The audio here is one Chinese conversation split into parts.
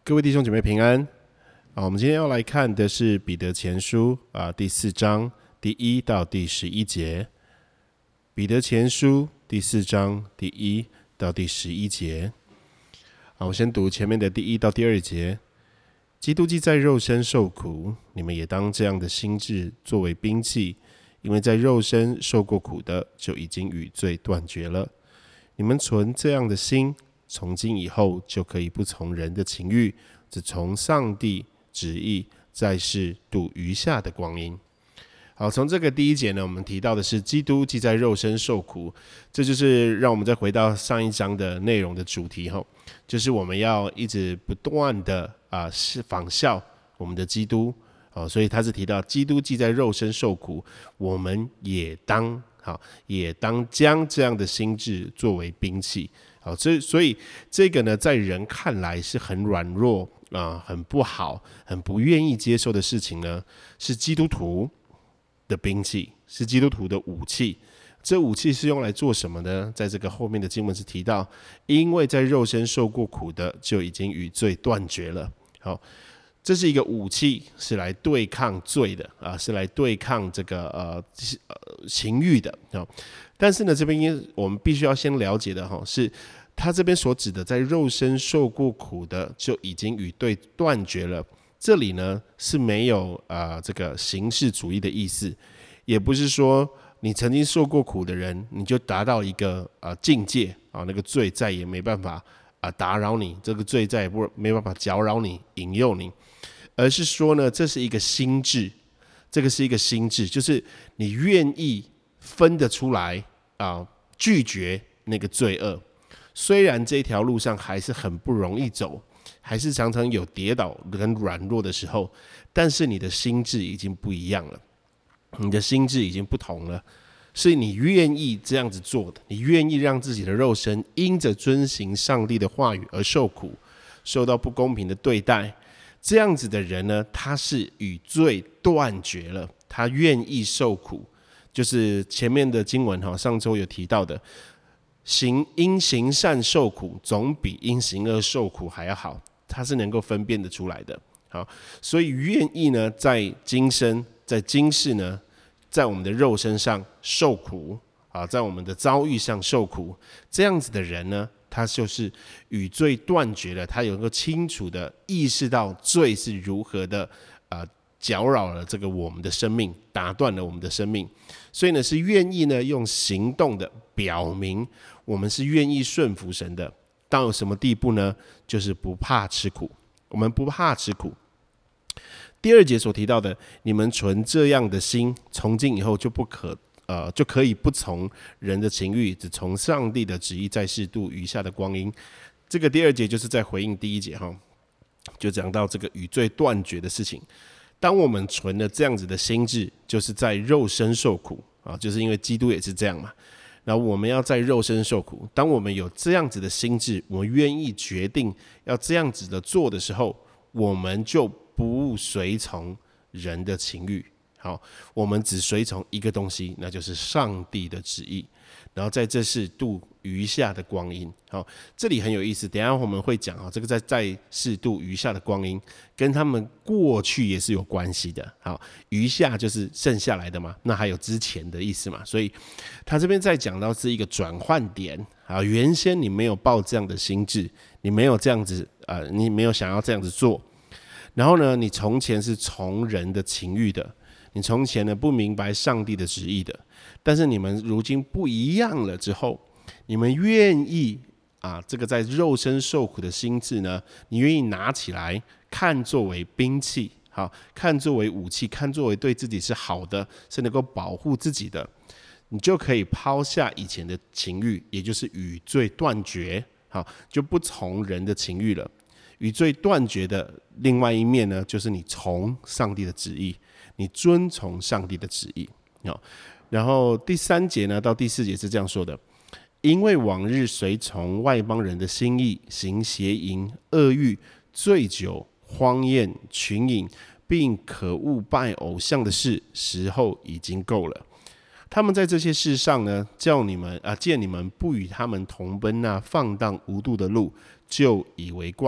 各位弟兄姐妹平安。我们今天要来看的是彼得前书第4章第1到第11节。彼得前书第4章第1到第11节。我先读前面的第1到第2节。基督既在肉身受苦，你们也当这样的心志作为兵器，因为在肉身受过苦的，就已经与罪断绝了。你们存这样的心，从今以后就可以不从人的情欲，只从上帝旨意，在世度余下的光阴。好，从这个第1节呢，我们提到的是基督既在肉身受苦，这就是让我们再回到上一章的内容的主题，就是我们要一直不断的仿效我们的基督。所以他是提到基督既在肉身受苦，我们也当将这样的心志作为兵器。所以这个呢，在人看来是很软弱很不好、很不愿意接受的事情呢，是基督徒的兵器，是基督徒的武器。这武器是用来做什么呢？在这个后面的经文是提到，因为在肉身受过苦的，就已经与罪断绝了。好，这是一个武器，是来对抗罪的是来对抗这个情欲的。但是呢，这边我们必须要先了解的是，他这边所指的在肉身受过苦的，就已经与罪断绝了。这里呢是没有这个形式主义的意思，也不是说你曾经受过苦的人，你就达到一个境界那个罪再也没办法打扰你，这个罪再也没办法搅扰你、引诱你，而是说呢，这是一个心智，这个是一个心智，就是你愿意分得出来拒绝那个罪恶。虽然这条路上还是很不容易走，还是常常有跌倒跟软弱的时候，但是你的心智已经不一样了，你的心智已经不同了，是你愿意这样子做的，你愿意让自己的肉身因着遵行上帝的话语而受苦，受到不公平的对待。这样子的人呢，他是与罪断绝了，他愿意受苦。就是前面的经文上周有提到的，因行善受苦，总比因行恶受苦还要好，他是能够分辨得出来的。好，所以愿意呢，在今生，在今世呢，在我们的肉身上受苦在我们的遭遇上受苦，这样子的人呢，他就是与罪断绝了，他能够清楚的意识到罪是如何的搅扰了这个我们的生命，打断了我们的生命，所以呢，是愿意呢用行动的表明我们是愿意顺服神的。到有什么地步呢？就是不怕吃苦，我们不怕吃苦。第2节所提到的，你们存这样的心，从今以后就可以不从人的情欲，只从上帝的旨意，在世度余下的光阴。这个第2节就是在回应第1节就讲到这个与罪断绝的事情。当我们存了这样子的心志，就是在肉身受苦就是因为基督也是这样嘛。然后我们要在肉身受苦，当我们有这样子的心志，我们愿意决定要这样子的做的时候，我们就不随从人的情欲。好，我们只随从一个东西，那就是上帝的旨意，然后在这世度余下的光阴。好，这里很有意思，等一下我们会讲这个在世度余下的光阴跟他们过去也是有关系的。好，余下就是剩下来的嘛，那还有之前的意思嘛，所以他这边在讲到是一个转换点。好，原先你没有抱这样的心志，你没有这样子你没有想要这样子做，然后呢，你从前是从人的情欲的，你从前呢不明白上帝的旨意的，但是你们如今不一样了之后，你们愿意这个在肉身受苦的心志呢，你愿意拿起来看作为兵器，好，看作为武器，看作为对自己是好的，是能够保护自己的，你就可以抛下以前的情欲，也就是与罪断绝，好，就不从人的情欲了。与罪断绝的另外一面呢，就是你从上帝的旨意，你遵从上帝的旨意。然后第3节呢到第4节是这样说的：因为往日随从外邦人的心意，行邪淫、恶欲、醉酒、荒宴、群饮，并可恶拜偶像的事，时候已经够了。他们在这些事上呢，见你们不与他们同奔放荡无度的路，就以为怪，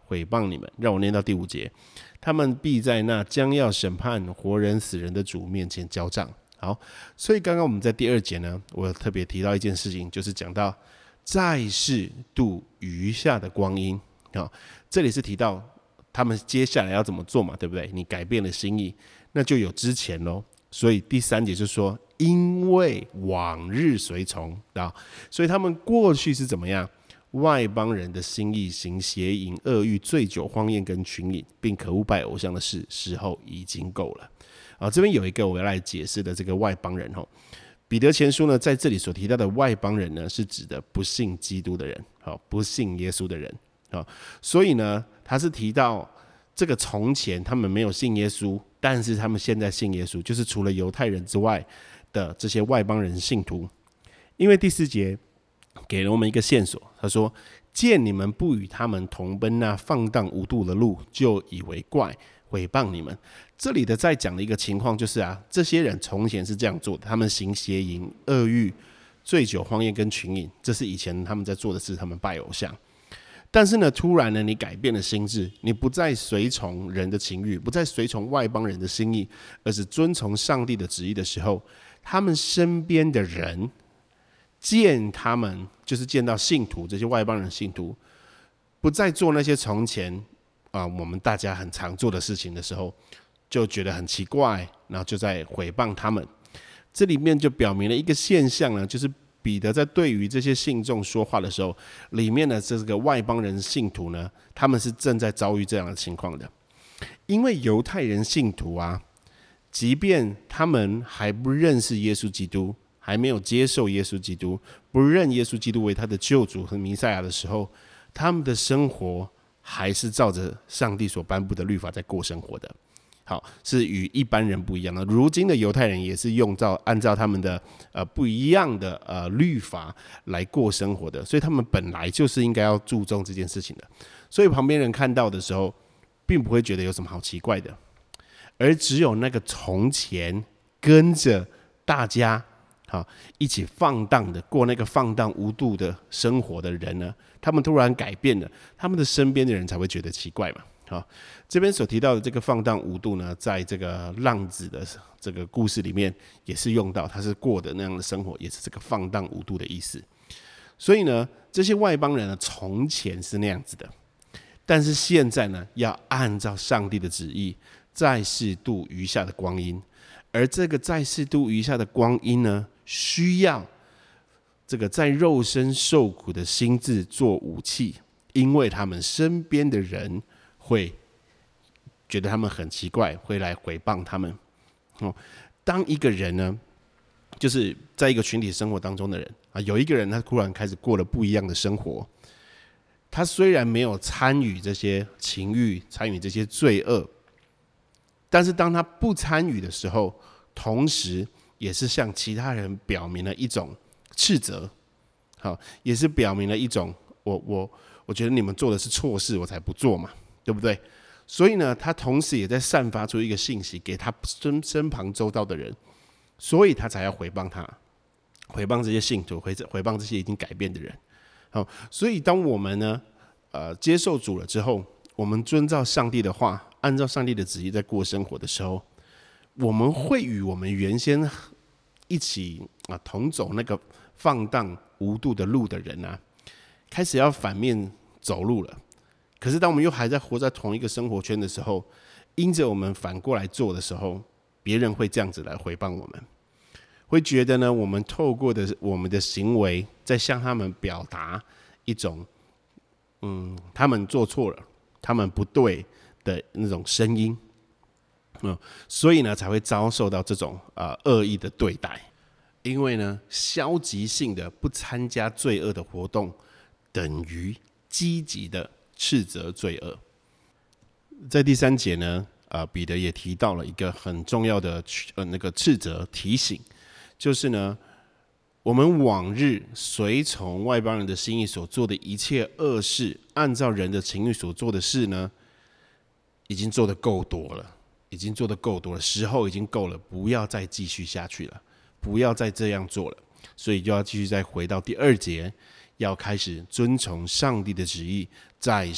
毁谤你们。让我念到第5节，他们必在那将要审判活人死人的主面前交账。好，所以刚刚我们在第2节呢，我特别提到一件事情，就是讲到在世度余下的光阴。这里是提到他们接下来要怎么做嘛，对不对？你改变了心意，那就有之前咯。所以第3节就说，因为往日随从，所以他们过去是怎么样？外邦人的心意，行邪淫、恶欲、醉酒、荒宴跟群饮，并可恶拜偶像的事，时候已经够了。这边有一个我要来解释的这个外邦人。彼得前书呢，在这里所提到的外邦人呢，是指的不信基督的人，不信耶稣的人。所以呢，他是提到这个从前他们没有信耶稣，但是他们现在信耶稣，就是除了犹太人之外的这些外邦人信徒。因为第4节给了我们一个线索，他说：见你们不与他们同奔那放荡无度的路，就以为怪，毁谤你们。这里的在讲的一个情况就是这些人从前是这样做的，他们行邪淫、恶欲、醉酒、荒宴跟群饮，这是以前他们在做的事，他们拜偶像。但是呢，突然呢，你改变了心智，你不再随从人的情欲，不再随从外邦人的心意，而是遵从上帝的旨意的时候，他们身边的人见他们，就是见到信徒，这些外邦人信徒不再做那些从前我们大家很常做的事情的时候，就觉得很奇怪，然后就在毁谤他们。这里面就表明了一个现象呢，就是彼得在对于这些信众说话的时候，里面的这个外邦人信徒呢，他们是正在遭遇这样的情况的。因为犹太人信徒即便他们还不认识耶稣基督，还没有接受耶稣基督，不认耶稣基督为他的救主和弥赛亚的时候，他们的生活还是照着上帝所颁布的律法在过生活的。好，是与一般人不一样的。如今的犹太人也是按照他们的不一样的律法来过生活的，所以他们本来就是应该要注重这件事情的。所以旁边人看到的时候，并不会觉得有什么好奇怪的，而只有那个从前跟着大家一起放荡的过那个放荡无度的生活的人呢，他们突然改变了，他们的身边的人才会觉得奇怪嘛。这边所提到的这个放荡无度呢，在这个浪子的这个故事里面也是用到，他是过的那样的生活，也是这个放荡无度的意思。所以呢，这些外邦人呢，从前是那样子的，但是现在呢，要按照上帝的旨意，在世度余下的光阴。而这个在世度余下的光阴呢，需要这个在肉身受苦的心智做武器，因为他们身边的人会觉得他们很奇怪，会来毁谤他们。当一个人呢，就是在一个群体生活当中的人有一个人他突然开始过了不一样的生活，他虽然没有参与这些情欲，参与这些罪恶，但是当他不参与的时候，同时也是向其他人表明了一种斥责，也是表明了一种我觉得你们做的是错事，我才不做嘛，对不对？所以呢，他同时也在散发出一个信息给他身旁周遭的人，所以他才要毁谤他，毁谤这些信徒，毁谤这些已经改变的人。所以当我们呢接受主了之后，我们遵照上帝的话，按照上帝的旨意在过生活的时候，我们会与我们原先一起同走那个放荡无度的路的人开始要反面走路了。可是当我们又还在活在同一个生活圈的时候，因着我们反过来做的时候，别人会这样子来毁谤我们，会觉得呢，我们透过的我们的行为在向他们表达一种他们做错了，他们不对的那种声音。所以呢才会遭受到这种恶意的对待。因为呢，消极性的不参加罪恶的活动，等于积极的斥责罪恶。在第3节呢，彼得也提到了一个很重要的那个斥责提醒，就是呢，我们往日随从外邦人的心意所做的一切恶事，按照人的情欲所做的事呢，已经做得够多了，时候已经够了，不要再继续下去了，不要再这样做了。所以就要继续再回到第2节，要开始遵从上帝的旨意，在世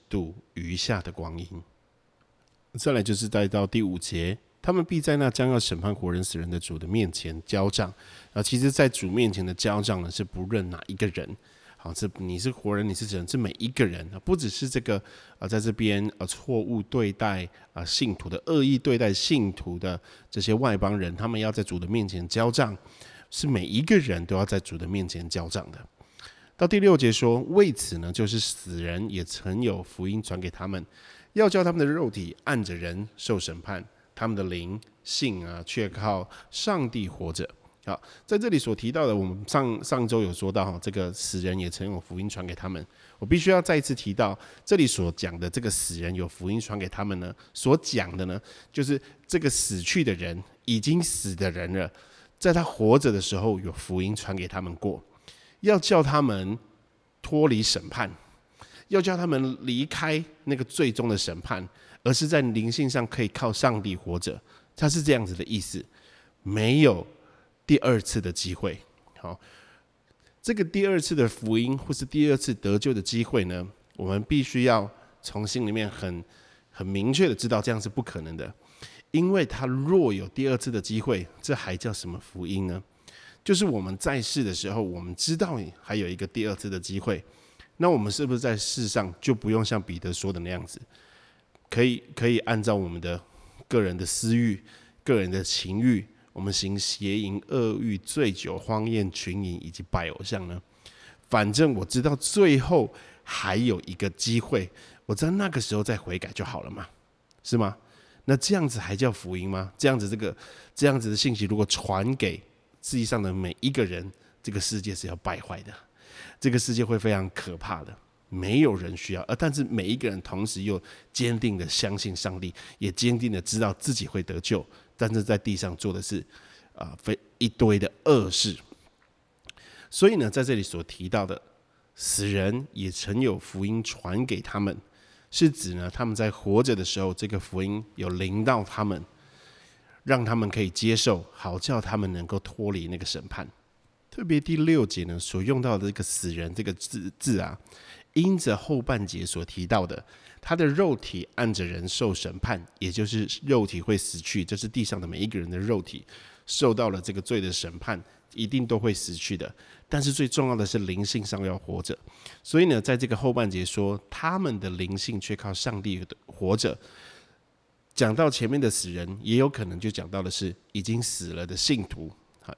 度余下的光阴。再来就是带到第5节，他们必在那将要审判活人死人的主的面前交账。其实在主面前的交账呢，是不论哪一个人，好，这你是活人，你是人，是每一个人，不只是这个在这边错误对待信徒的、恶意对待信徒的这些外邦人，他们要在主的面前交账，是每一个人都要在主的面前交账的。到第6节说，为此呢，就是死人也曾有福音传给他们，要叫他们的肉体按着人受审判，他们的灵性却靠上帝活着。好，在这里所提到的，我们上周有说到，这个死人也曾有福音传给他们。我必须要再一次提到，这里所讲的这个死人有福音传给他们呢，所讲的呢，就是这个死去的人，已经死的人了，在他活着的时候有福音传给他们过，要叫他们脱离审判，要叫他们离开那个最终的审判，而是在灵性上可以靠上帝活着。他是这样子的意思，没有第2次的机会。好，这个第2次的福音或是第2次得救的机会呢，我们必须要从心里面很明确的知道，这样是不可能的。因为他若有第2次的机会，这还叫什么福音呢？就是我们在世的时候，我们知道还有一个第2次的机会，那我们是不是在世上就不用像彼得说的那样子，可以按照我们的个人的私欲、个人的情欲，我们行邪淫、恶欲、醉酒、荒宴、群饮以及拜偶像呢？反正我知道最后还有一个机会，我在那个时候再悔改就好了嘛，是吗？那这样子还叫福音吗？这样子的信息如果传给世界上的每一个人，这个世界是要败坏的，这个世界会非常可怕的。没有人需要，但是每一个人同时又坚定的相信上帝，也坚定的知道自己会得救，但是在地上做的是一堆的恶事。所以呢，在这里所提到的死人也曾有福音传给他们，是指呢他们在活着的时候，这个福音有临到他们，让他们可以接受，好叫他们能够脱离那个审判。特别第6节呢所用到的这个死人这个字因着后半节所提到的，他的肉体按着人受审判，也就是肉体会死去，这是地上的每一个人的肉体受到了这个罪的审判，一定都会死去的。但是最重要的是灵性上要活着，所以呢，在这个后半节说，他们的灵性却靠上帝活着。讲到前面的死人，也有可能就讲到的是已经死了的信徒，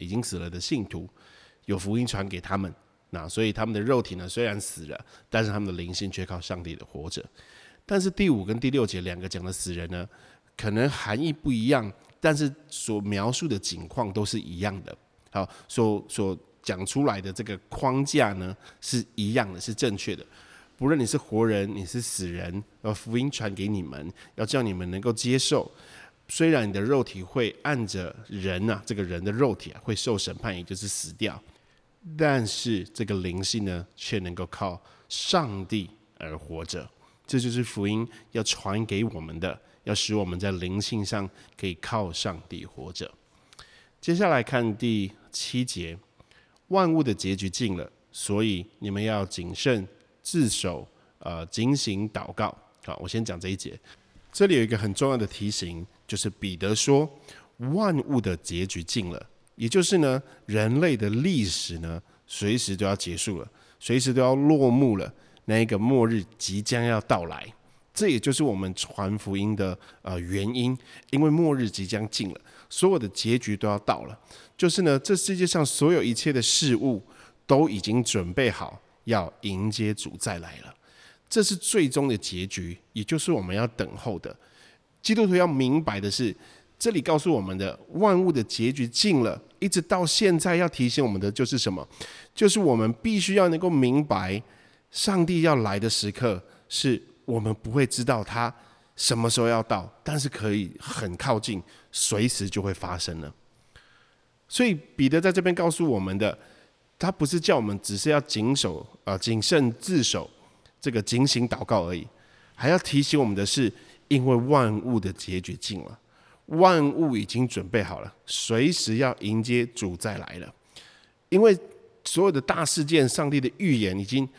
有福音传给他们。那所以他们的肉体呢虽然死了，但是他们的灵性却靠上帝的活着。但是第5跟第6节两个讲的死人呢，可能含义不一样，但是所描述的景况都是一样的。好，所讲出来的这个框架呢是一样的，是正确的。不论你是活人，你是死人，福音传给你们，要叫你们能够接受。虽然你的肉体会按着人这个人的肉体会受审判，也就是死掉，但是这个灵性呢，却能够靠上帝而活着。这就是福音要传给我们的，要使我们在灵性上可以靠上帝活着。接下来看第7节，万物的结局近了，所以你们要谨慎自守，警醒祷告。好，我先讲这一节。这里有一个很重要的提醒，就是彼得说，万物的结局近了。也就是呢，人类的历史呢，随时都要结束了，随时都要落幕了，那一个末日即将要到来。这也就是我们传福音的原因，因为末日即将近了，所有的结局都要到了。就是呢，这世界上所有一切的事物都已经准备好要迎接主再来了，这是最终的结局，也就是我们要等候的。基督徒要明白的是，这里告诉我们的万物的结局近了，一直到现在要提醒我们的就是什么？就是我们必须要能够明白，上帝要来的时刻是我们不会知道他什么时候要到，但是可以很靠近，随时就会发生了。所以彼得在这边告诉我们的，他不是叫我们只是要谨慎自守，这个警醒祷告而已，还要提醒我们的是，因为万物的结局近了。万物已经准备好了，随时要迎接主再来了。因为所有的大事件，上帝的预言已经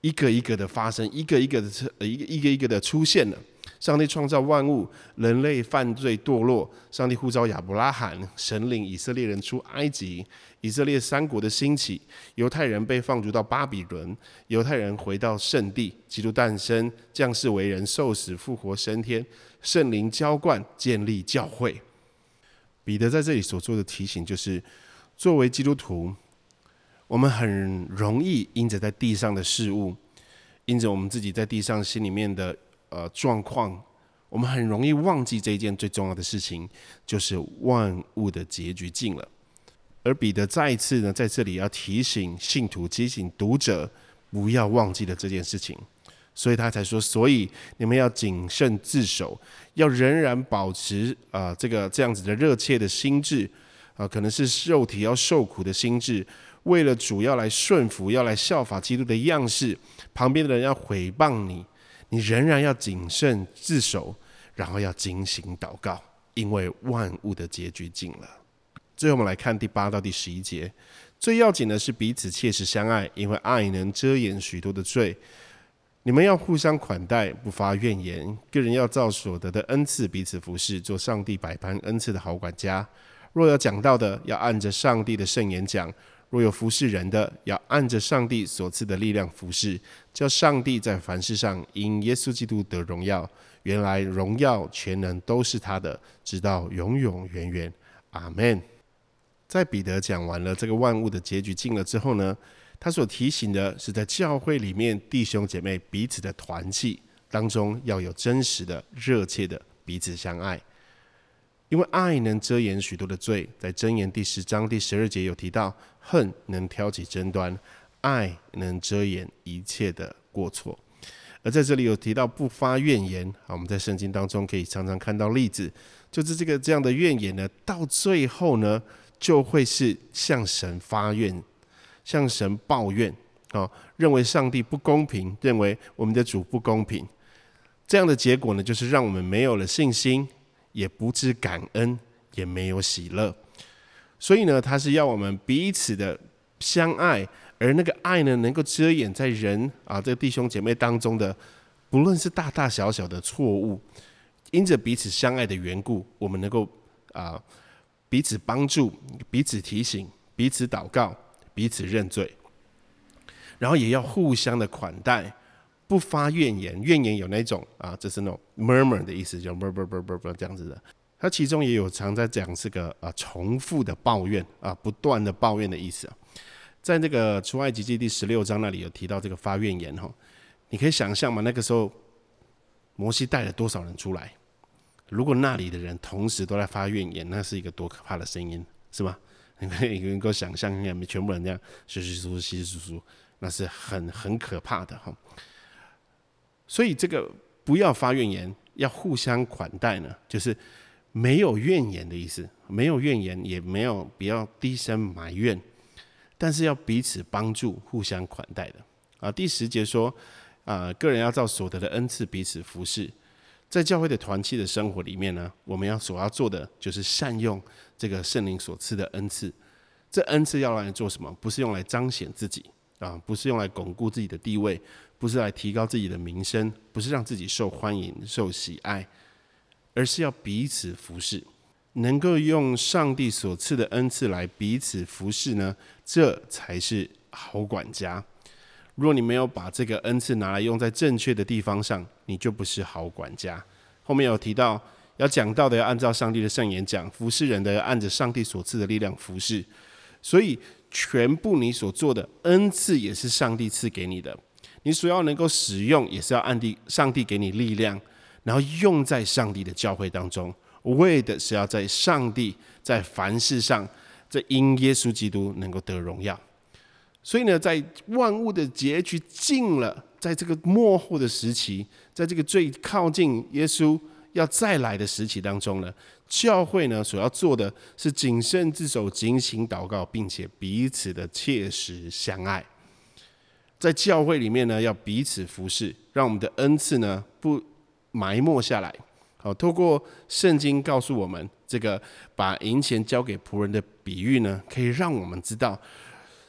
一个一个的发生，一个一个的出现了。上帝创造万物，人类犯罪堕落，上帝呼召亚伯拉罕，神领以色列人出埃及，以色列三国的兴起，犹太人被放逐到巴比伦，犹太人回到圣地，基督诞生，降世为人，受死复活升天，圣灵浇灌，建立教会。彼得在这里所做的提醒就是，作为基督徒，我们很容易因着在地上的事物，因着我们自己在地上心里面的状况，我们很容易忘记这一件最重要的事情，就是万物的结局近了。而彼得再一次呢，在这里要提醒信徒、提醒读者，不要忘记了这件事情。所以他才说，所以你们要谨慎自守，要仍然保持这样子的热切的心志，可能是肉体要受苦的心志，为了主要来顺服，要来效法基督的样式，旁边的人要毁谤你，你仍然要谨慎自守，然后要警醒祷告，因为万物的结局近了。最后我们来看第8到第11节，最要紧的是彼此切实相爱，因为爱能遮掩许多的罪。你们要互相款待，不发怨言，个人要照所得的恩赐彼此服侍，做上帝百般恩赐的好管家。若有讲道的，要按着上帝的圣言讲；若有服侍人的，要按着上帝所赐的力量服侍，叫上帝在凡事上因耶稣基督得荣耀。原来荣耀全能都是他的，直到永永远远。阿们。在彼得讲完了这个万物的结局近了之后呢，他所提醒的是在教会里面弟兄姐妹彼此的团契当中，要有真实的热切的彼此相爱，因为爱能遮掩许多的罪。在箴言第10章第12节有提到，恨能挑起争端，爱能遮掩一切的过错。而在这里有提到不发怨言，我们在圣经当中可以常常看到例子，就是这样的怨言呢，到最后呢，就会是向神发怨，向神抱怨，认为上帝不公平，认为我们的主不公平。这样的结果呢，就是让我们没有了信心，也不知感恩，也没有喜乐。所以呢，他是要我们彼此的相爱，而那个爱呢，能够遮掩在人这个弟兄姐妹当中的，不论是大大小小的错误，因着彼此相爱的缘故，我们能够彼此帮助，彼此提醒，彼此祷告，彼此认罪，然后也要互相的款待，不发怨言。怨言有那种这是那种 murmur 的意思，叫 murmur 这样子的。它其中也有常在讲这个重复的抱怨不断的抱怨的意思。在这个出埃及记第16章那里有提到这个发怨言，你可以想象嘛，那个时候摩西带了多少人出来？如果那里的人同时都在发怨言，那是一个多可怕的声音，是吗？你能够想象一下，全部人这样稀，那是很可怕的。所以这个不要发怨言，要互相款待呢，就是没有怨言的意思，没有怨言，也没有不要低声埋怨，但是要彼此帮助，互相款待的。第10节说，个人要照所得的恩赐彼此服侍。在教会的团契的生活里面呢，我们所要做的就是善用这个圣灵所赐的恩赐。这恩赐要来做什么？不是用来彰显自己不是用来巩固自己的地位，不是来提高自己的名声，不是让自己受欢迎、受喜爱，而是要彼此服侍。能够用上帝所赐的恩赐来彼此服侍呢，这才是好管家。如果你没有把这个恩赐拿来用在正确的地方上，你就不是好管家。后面有提到，要讲道的要按照上帝的圣言讲，服侍人的要按着上帝所赐的力量服侍。所以全部你所做的恩赐也是上帝赐给你的，你所要能够使用，也是要按上帝给你力量，然后用在上帝的教会当中，为的是要在上帝在凡事上，这因耶稣基督能够得荣耀。所以呢，在万物的结局近了，在这个末后的时期，在这个最靠近耶稣要再来的时期当中呢，教会呢所要做的是谨慎自守、警醒祷告，并且彼此的切实相爱。在教会里面呢，要彼此服侍，让我们的恩赐呢不埋没下来。透过圣经告诉我们，这个把银钱交给仆人的比喻呢，可以让我们知道，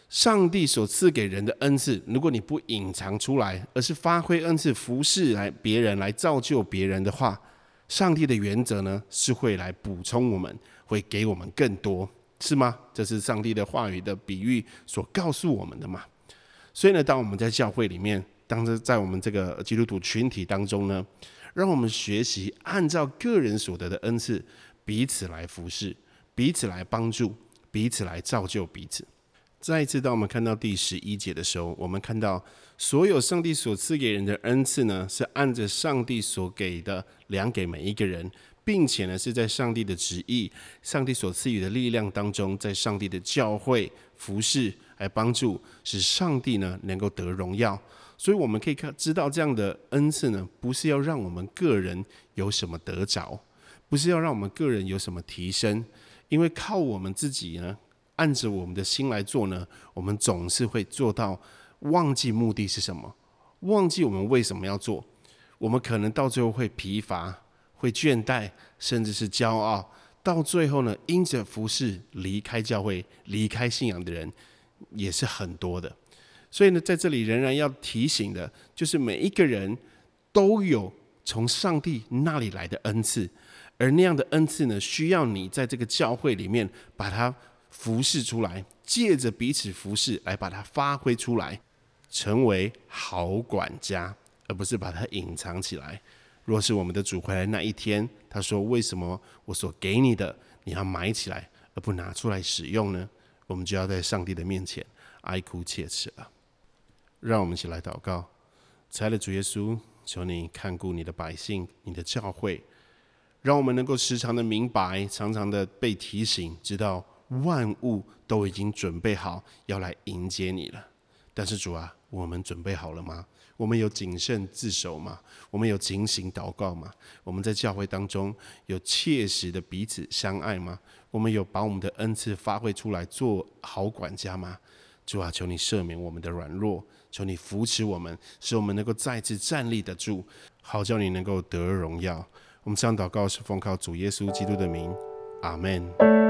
上帝所赐给人的恩赐，如果你不隐藏出来，而是发挥恩赐服侍别人，来造就别人的话，上帝的原则呢是会来补充我们，会给我们更多，是吗？这是上帝的话语的比喻所告诉我们的嘛。所以呢，当我们在教会里面，当在我们这个基督徒群体当中呢，让我们学习按照个人所得的恩赐，彼此来服侍，彼此来帮助，彼此来造就彼此。再一次，当我们看到第11节的时候，我们看到所有上帝所赐给人的恩赐呢，是按着上帝所给的量给每一个人，并且呢是在上帝的旨意、上帝所赐予的力量当中，在上帝的教会服侍来帮助，使上帝呢能够得荣耀。所以我们可以知道，这样的恩赐呢，不是要让我们个人有什么得着，不是要让我们个人有什么提升，因为靠我们自己呢，按着我们的心来做呢，我们总是会做到忘记目的是什么，忘记我们为什么要做，我们可能到最后会疲乏，会倦怠，甚至是骄傲，到最后呢，因着服事离开教会、离开信仰的人也是很多的。所以呢，在这里仍然要提醒的，就是每一个人都有从上帝那里来的恩赐，而那样的恩赐呢，需要你在这个教会里面把它服侍出来，借着彼此服侍来把它发挥出来，成为好管家，而不是把它隐藏起来。若是我们的主回来那一天，他说：“为什么我所给你的，你要埋起来，而不拿出来使用呢？”我们就要在上帝的面前哀哭切齿了。让我们一起来祷告。亲爱的主耶稣，求你看顾你的百姓，你的教会，让我们能够时常的明白，常常的被提醒，知道万物都已经准备好要来迎接你了。但是主啊，我们准备好了吗？我们有谨慎自守吗？我们有警醒祷告吗？我们在教会当中有切实的彼此相爱吗？我们有把我们的恩赐发挥出来做好管家吗？主啊，求你赦免我们的软弱，求你扶持我们，使我们能够再次站立得住，好叫你能够得荣耀。我们这样祷告是奉靠主耶稣基督的名，阿们。